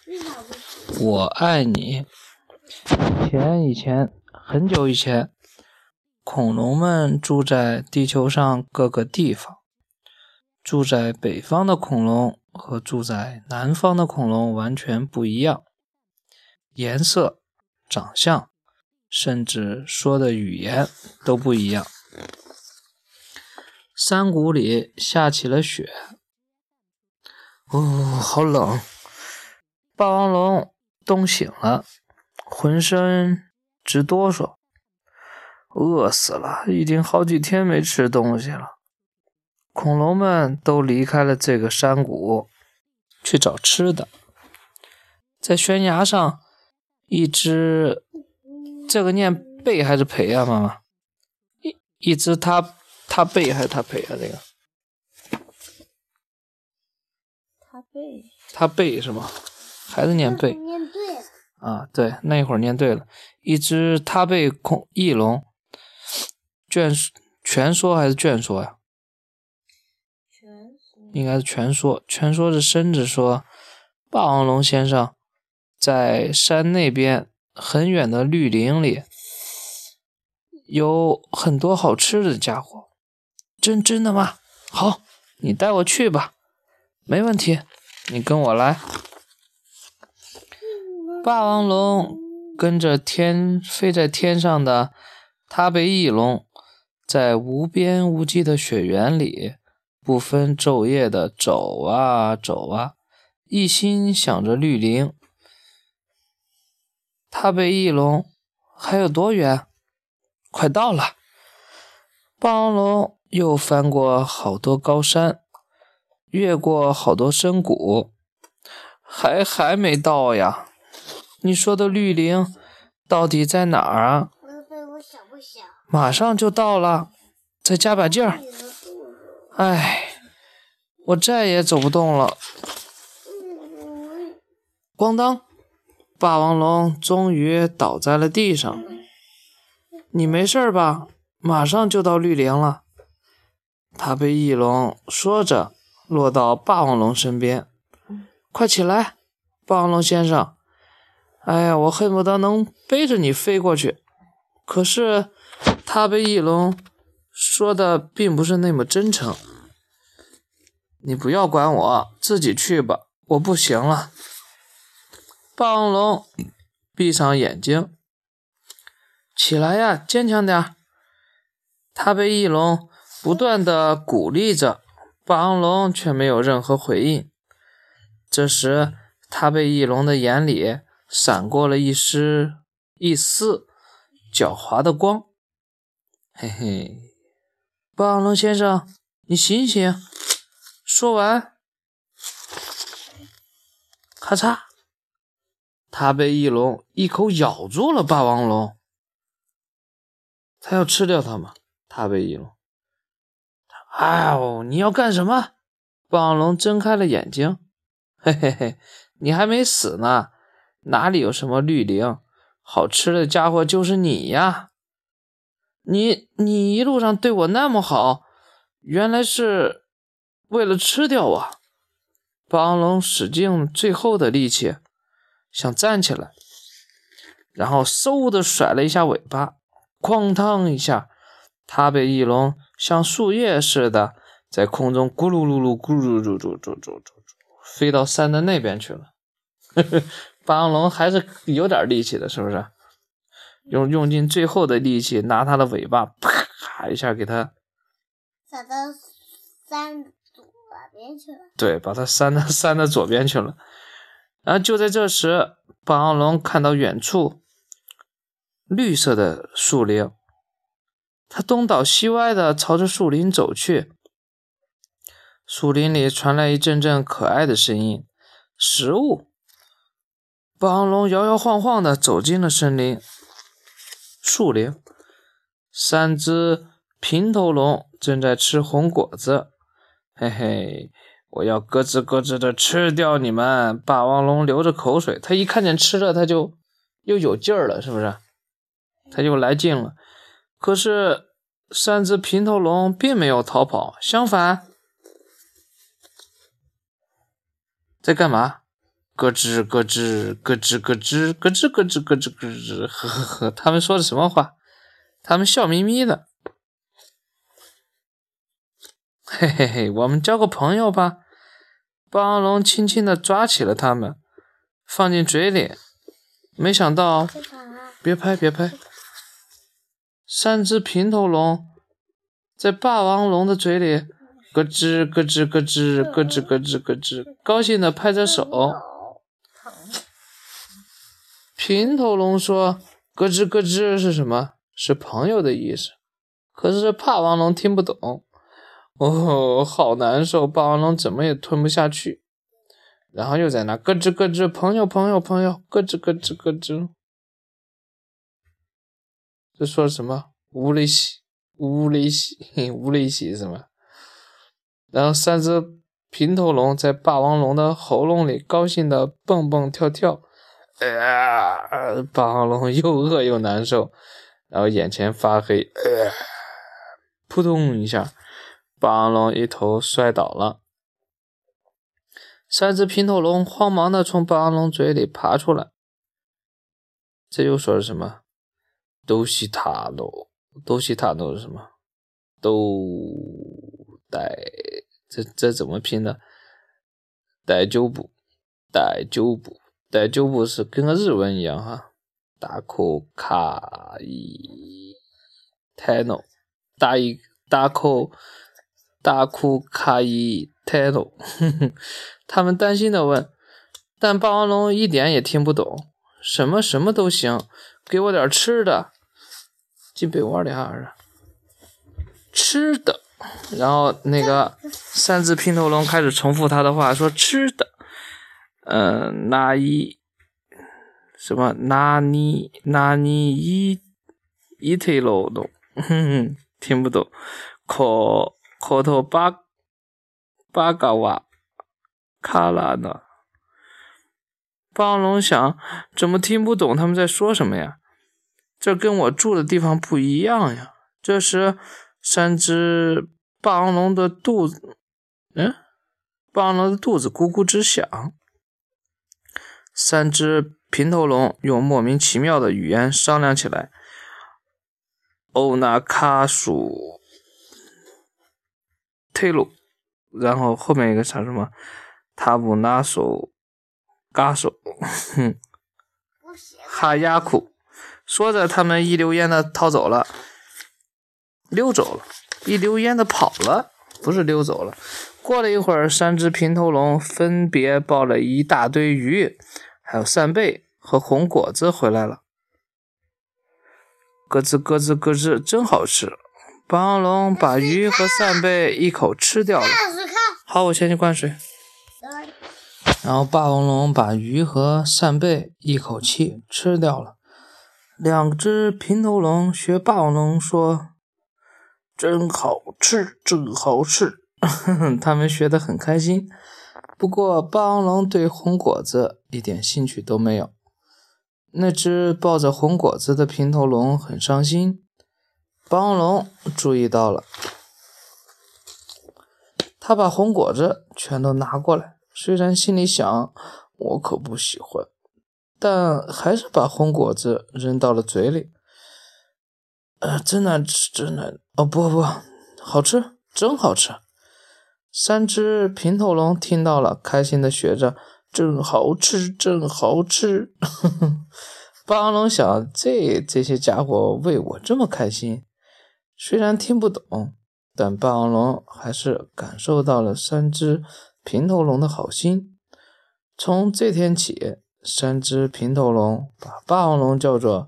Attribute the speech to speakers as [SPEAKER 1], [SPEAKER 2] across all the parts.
[SPEAKER 1] 我爱你。以前很久以前，恐龙们住在地球上各个地方。住在北方的恐龙和住在南方的恐龙完全不一样，颜色、长相，甚至说的语言都不一样。山谷里下起了雪，好冷。霸王龙冻醒了，浑身直哆嗦，饿死了，已经好几天没吃东西了。恐龙们都离开了这个山谷，去找吃的。在悬崖上，一只，这个念贝还是培啊，妈妈？一只他贝还是他培啊？这个他贝是吗？还是念贝？
[SPEAKER 2] 念对了
[SPEAKER 1] 啊，对，那一会儿念对了。一只他贝翼龙，全说还是卷说呀？应该是全说。全说是伸着说，霸王龙先生在山那边很远的绿林里有很多好吃的家伙。真的吗？好，你带我去吧。没问题，你跟我来。霸王龙跟着飞在天上的他贝翼龙，在无边无际的雪原里不分昼夜的走啊走啊，一心想着绿林。他贝翼龙还有多远？快到了。霸王龙又翻过好多高山，越过好多深谷，还没到呀。你说的绿林到底在哪儿啊？
[SPEAKER 2] 我想不想？
[SPEAKER 1] 马上就到了，再加把劲儿。唉，我再也走不动了。咣当，霸王龙终于倒在了地上。你没事吧？马上就到绿林了。他被翼龙说着落到霸王龙身边。快起来，霸王龙先生。哎呀，我恨不得能背着你飞过去。可是他被翼龙说的并不是那么真诚。你不要管我，自己去吧，我不行了。霸王龙闭上眼睛，起来呀，坚强点。他被翼龙不断地鼓励着，霸王龙却没有任何回应。这时他被翼龙的眼里闪过了一丝狡猾的光。嘿嘿，霸王龙先生，你醒醒。说完，咔嚓，他被翼龙一口咬住了霸王龙。他要吃掉它吗？他被翼龙。哎呦，你要干什么？霸王龙睁开了眼睛。嘿嘿嘿，你还没死呢，哪里有什么绿林？好吃的家伙就是你呀！你一路上对我那么好，原来是为了吃掉我。霸王龙使尽最后的力气想站起来，然后嗖地甩了一下尾巴，哐当一下，他被翼龙像树叶似的在空中咕噜噜噜咕噜噜噜噜飞到山的那边去了。霸王龙还是有点力气的，是不是？用尽最后的力气，拿它的尾巴啪一下给它
[SPEAKER 2] 撒到山左边去了。
[SPEAKER 1] 对，把它扇到左边去了。然后就在这时，霸王龙看到远处绿色的树林，它东倒西歪的朝着树林走去。树林里传来一阵阵可爱的声音，食物。霸王龙摇摇晃晃的走进了树林，三只平头龙正在吃红果子。嘿嘿，我要咯吱咯吱的吃掉你们！霸王龙流着口水，他一看见吃了，他就又有劲儿了，是不是？他就来劲了。可是三只平头龙并没有逃跑，相反，在干嘛？ 咯吱咯吱咯吱咯吱咯吱咯吱咯吱咯吱，呵呵呵，他们说的什么话？他们笑眯眯的。嘿嘿嘿，我们交个朋友吧。霸王龙轻轻地抓起了它们，放进嘴里。没想到，别拍别拍，3只平头龙在霸王龙的嘴里咯吱咯吱咯吱咯吱咯吱咯吱，高兴地拍着手。平头龙说咯吱咯吱是什么？是朋友的意思。可是霸王龙听不懂。哦，好难受，霸王龙怎么也吞不下去，然后又在那咯吱咯吱，朋友朋友朋友，咯吱咯吱咯吱。这说什么？无利息，无利息，无利息什么？然后3只平头龙在霸王龙的喉咙里高兴的蹦蹦跳跳，霸王龙又饿又难受，然后眼前发黑，扑通一下。霸王龙一头摔倒了，3只平头龙慌忙地从霸王龙嘴里爬出来。这又说是什么？都西塔罗，都西塔罗是什么？这怎么拼的？逮鸠布，逮鸠布，逮鸠布是跟个日文一样哈。大口卡伊泰诺，大库卡伊泰诺，他们担心地问，但霸王龙一点也听不懂，什么都行，给我点吃的。进被窝里还是吃的，然后那个3只平头龙开始重复他的话，说吃的，那你一推喽都，听不懂。口头巴嘎瓦卡拉呢？霸王龙想，怎么听不懂他们在说什么呀？这跟我住的地方不一样呀。这时3只霸王龙的肚子咕咕直响。3只平头龙用莫名其妙的语言商量起来。欧纳卡属推鲁，然后后面一个啥什么塔布纳手嘎手哈亚库。说着他们一溜烟的逃走了，溜走了，一溜烟的跑了，不是溜走了。过了一会儿，3只平头龙分别抱了一大堆鱼，还有扇贝和红果子回来了。咯吱咯吱咯吱，真好吃。霸王龙把鱼和扇贝一口吃掉了。好，我先去灌水。然后霸王龙把鱼和扇贝一口气吃掉了。2只平头龙学霸王龙说：“真好吃，真好吃。”他们学得很开心。不过霸王龙对红果子一点兴趣都没有。那只抱着红果子的平头龙很伤心。霸王龙注意到了，他把红果子全都拿过来，虽然心里想我可不喜欢，但还是把红果子扔到了嘴里。真难吃，真难，不，好吃，真好吃。3只平头龙听到了，开心地学着，真好吃，真好吃。霸王龙想，这些家伙为我这么开心，虽然听不懂，但霸王龙还是感受到了3只平头龙的好心。从这天起，3只平头龙把霸王龙叫做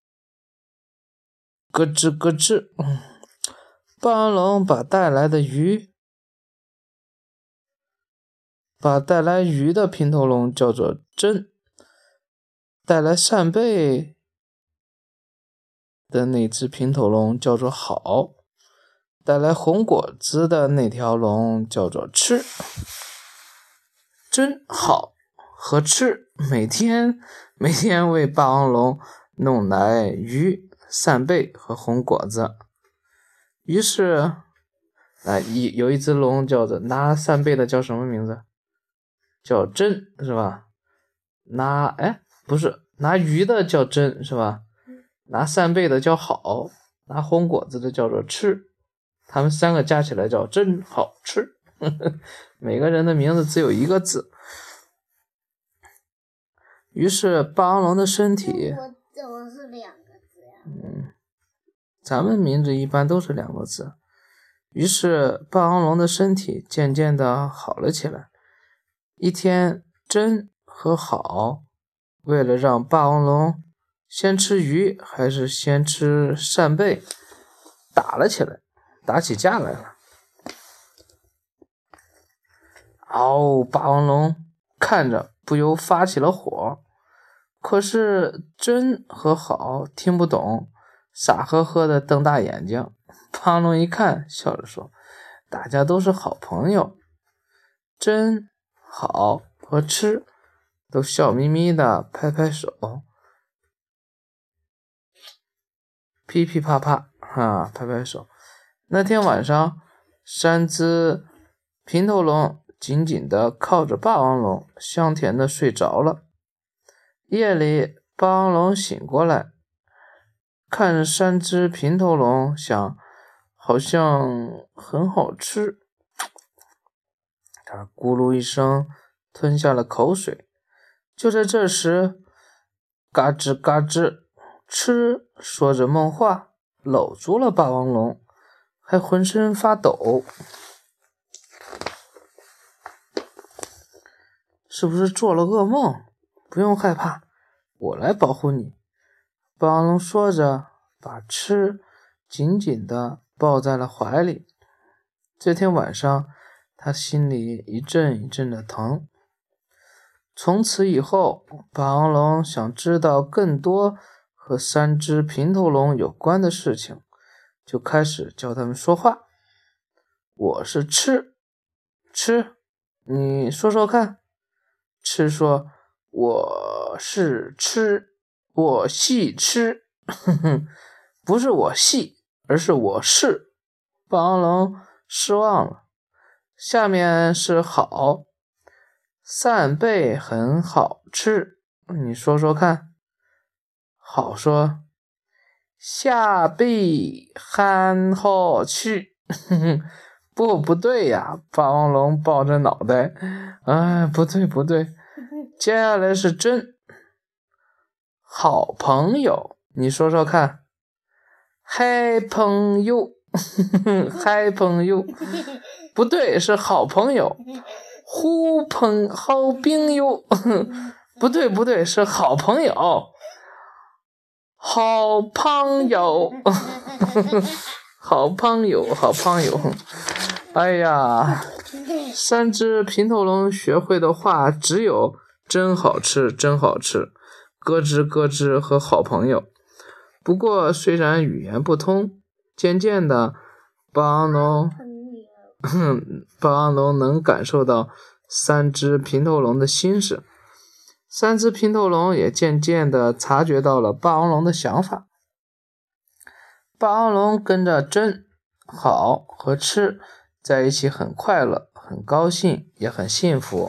[SPEAKER 1] 咯吱咯吱。霸王龙把带来鱼的平头龙叫做真，带来扇贝的那只平头龙叫做好，带来红果子的那条龙叫做吃。真好和吃每天为霸王龙弄来鱼、扇贝和红果子。于是有一只龙叫做拿扇贝的叫什么名字？叫真，是吧？ 不是拿鱼的叫真是吧？拿扇贝的叫好，拿红果子的叫做吃，他们3个加起来叫真好吃。每个人的名字只有1个字。于是霸王龙的身体，
[SPEAKER 2] 我怎么是2个字呀？
[SPEAKER 1] 咱们名字一般都是2个字。于是霸王龙的身体渐渐的好了起来。一天，真和好为了让霸王龙先吃鱼还是先吃扇贝打了起来，打起架来了。霸王龙看着不由发起了火，可是真和好听不懂，傻呵呵的瞪大眼睛。霸王龙一看，笑着说：“大家都是好朋友。”真、好和吃都笑眯眯的拍拍手，噼噼啪啪拍拍手。那天晚上，3只平头龙紧紧地靠着霸王龙，香甜的睡着了。夜里，霸王龙醒过来，看着3只平头龙，想，好像很好吃。他咕噜一声吞下了口水。就在这时，嘎吱嘎吱，吃说着梦话，搂住了霸王龙，还浑身发抖。是不是做了噩梦？不用害怕，我来保护你。霸王龙说着，把吃紧紧地抱在了怀里。这天晚上，他心里一阵一阵的疼。从此以后，霸王龙想知道更多和3只平头龙有关的事情，就开始教他们说话。我是吃，你说说看。吃说，我是吃，我系吃，不是我系，而是我是。霸王龙失望了。下面是好，扇贝很好吃，你说说看。好说，下贝很好吃。不对呀，霸王龙抱着脑袋，不对，接下来是真。好朋友，你说说看。嗨朋友，嗨朋友，不对，是好朋友。好朋友，不对，是好朋友。好朋友，好朋友。哎呀，3只平头龙学会的话只有真好吃，咯吱咯吱和好朋友。不过虽然语言不通，渐渐的霸王龙能感受到3只平头龙的心事。3只平头龙也渐渐的察觉到了霸王龙的想法。霸王龙跟着真、好和吃在一起很快乐，很高兴，也很幸福。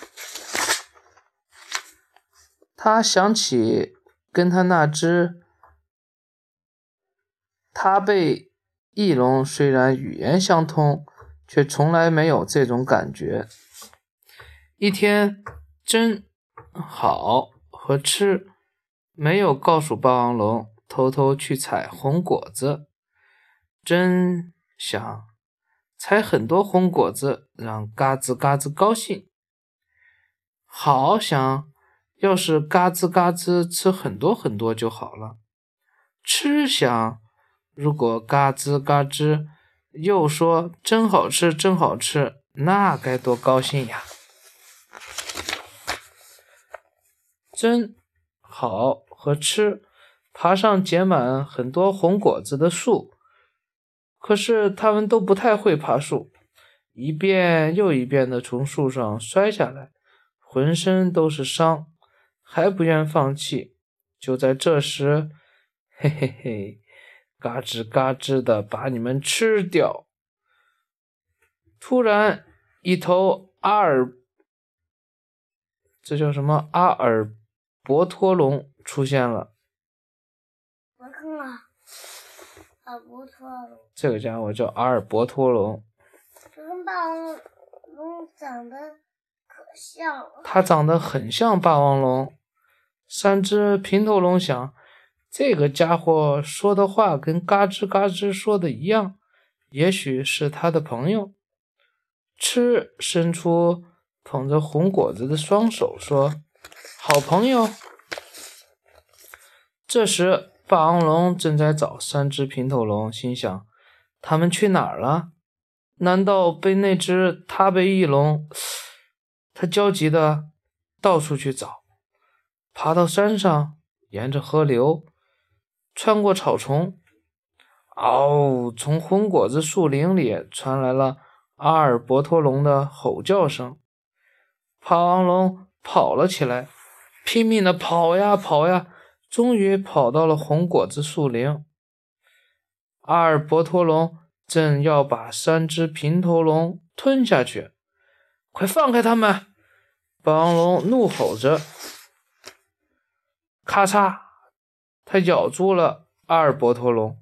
[SPEAKER 1] 他想起跟他那只他被翼龙虽然语言相通，却从来没有这种感觉。一天，真、好和吃没有告诉霸王龙偷偷去采红果子。真想采很多红果子，让嘎吱嘎吱高兴。好想要是嘎吱嘎吱吃很多很多就好了。吃想如果嘎吱嘎吱又说真好吃，那该多高兴呀。真、好和吃爬上结满很多红果子的树，可是他们都不太会爬树，一遍又一遍地从树上摔下来，浑身都是伤，还不愿放弃。就在这时，嘿嘿嘿，嘎吱嘎吱地把你们吃掉。突然，一头阿尔这叫什么？阿尔伯托龙出现了。
[SPEAKER 2] 我看了，阿尔伯托龙。
[SPEAKER 1] 这个家伙叫阿尔伯托龙。
[SPEAKER 2] 这跟霸王龙长得可像了。
[SPEAKER 1] 它长得很像霸王龙。3只平头龙想，这个家伙说的话跟嘎吱嘎吱说的一样，也许是他的朋友。吃伸出捧着红果子的双手说：“好朋友。”这时霸王龙正在找3只平头龙，心想：他们去哪儿了？难道被那只他被翼龙？他焦急地到处去找，爬到山上，沿着河流，穿过草丛。从红果子树林里传来了阿尔伯托龙的吼叫声。霸王龙跑了起来，拼命地跑呀跑呀，终于跑到了红果子树林。阿尔伯托龙正要把3只平头龙吞下去，快放开他们！霸王龙怒吼着，咔嚓，他咬住了阿尔伯托龙。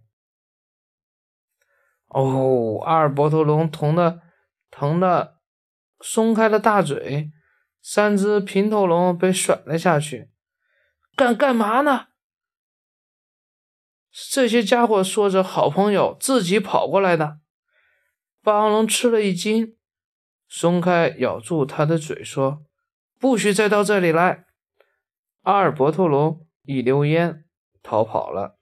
[SPEAKER 1] 阿尔伯托龙疼得松开了大嘴，3只平头龙被甩了下去。干嘛呢？这些家伙说着好朋友，自己跑过来的。霸王龙吃了一惊，松开咬住他的嘴说：“不许再到这里来！”阿尔伯托龙一溜烟逃跑了。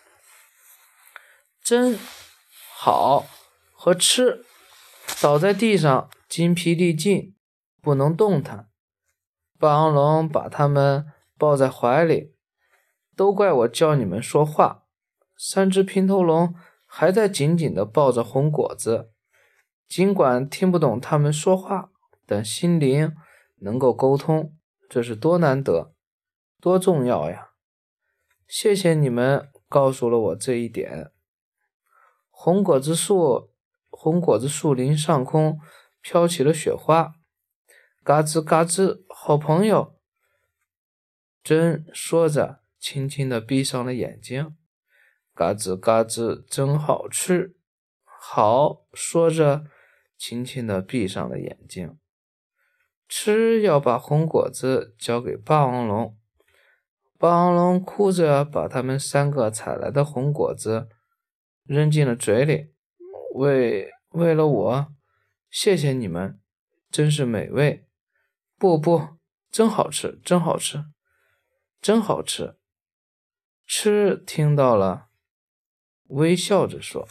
[SPEAKER 1] 真好和吃倒在地上，筋疲力尽，不能动弹。霸王龙把他们抱在怀里，都怪我教你们说话。3只平头龙还在紧紧地抱着红果子，尽管听不懂他们说话，但心灵能够沟通，这是多难得，多重要呀！谢谢你们告诉了我这一点。红果子树林上空飘起了雪花，嘎吱嘎吱，好朋友。真说着，轻轻地闭上了眼睛。嘎吱嘎吱，真好吃。好，说着，轻轻地闭上了眼睛。吃要把红果子交给霸王龙。霸王龙哭着把他们3个采来的红果子扔进了嘴里。为了我，谢谢你们，真是美味。不，真好吃，真好吃，真好吃。吃听到了，微笑着说：“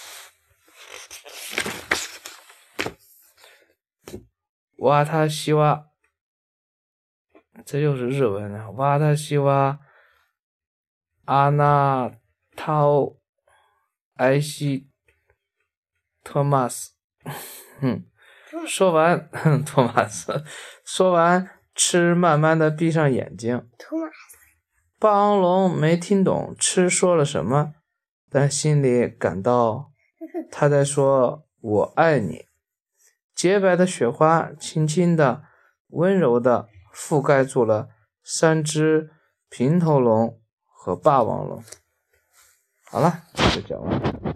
[SPEAKER 1] 哇塔西哇。”这又是日文了。哇塔西哇阿那涛埃西托马斯。说完，托马斯说完，吃慢慢的闭上眼睛。霸王龙没听懂吃说了什么，但心里感到他在说我爱你。洁白的雪花轻轻的温柔的覆盖住了3只平头龙和霸王龙。好了，就讲完。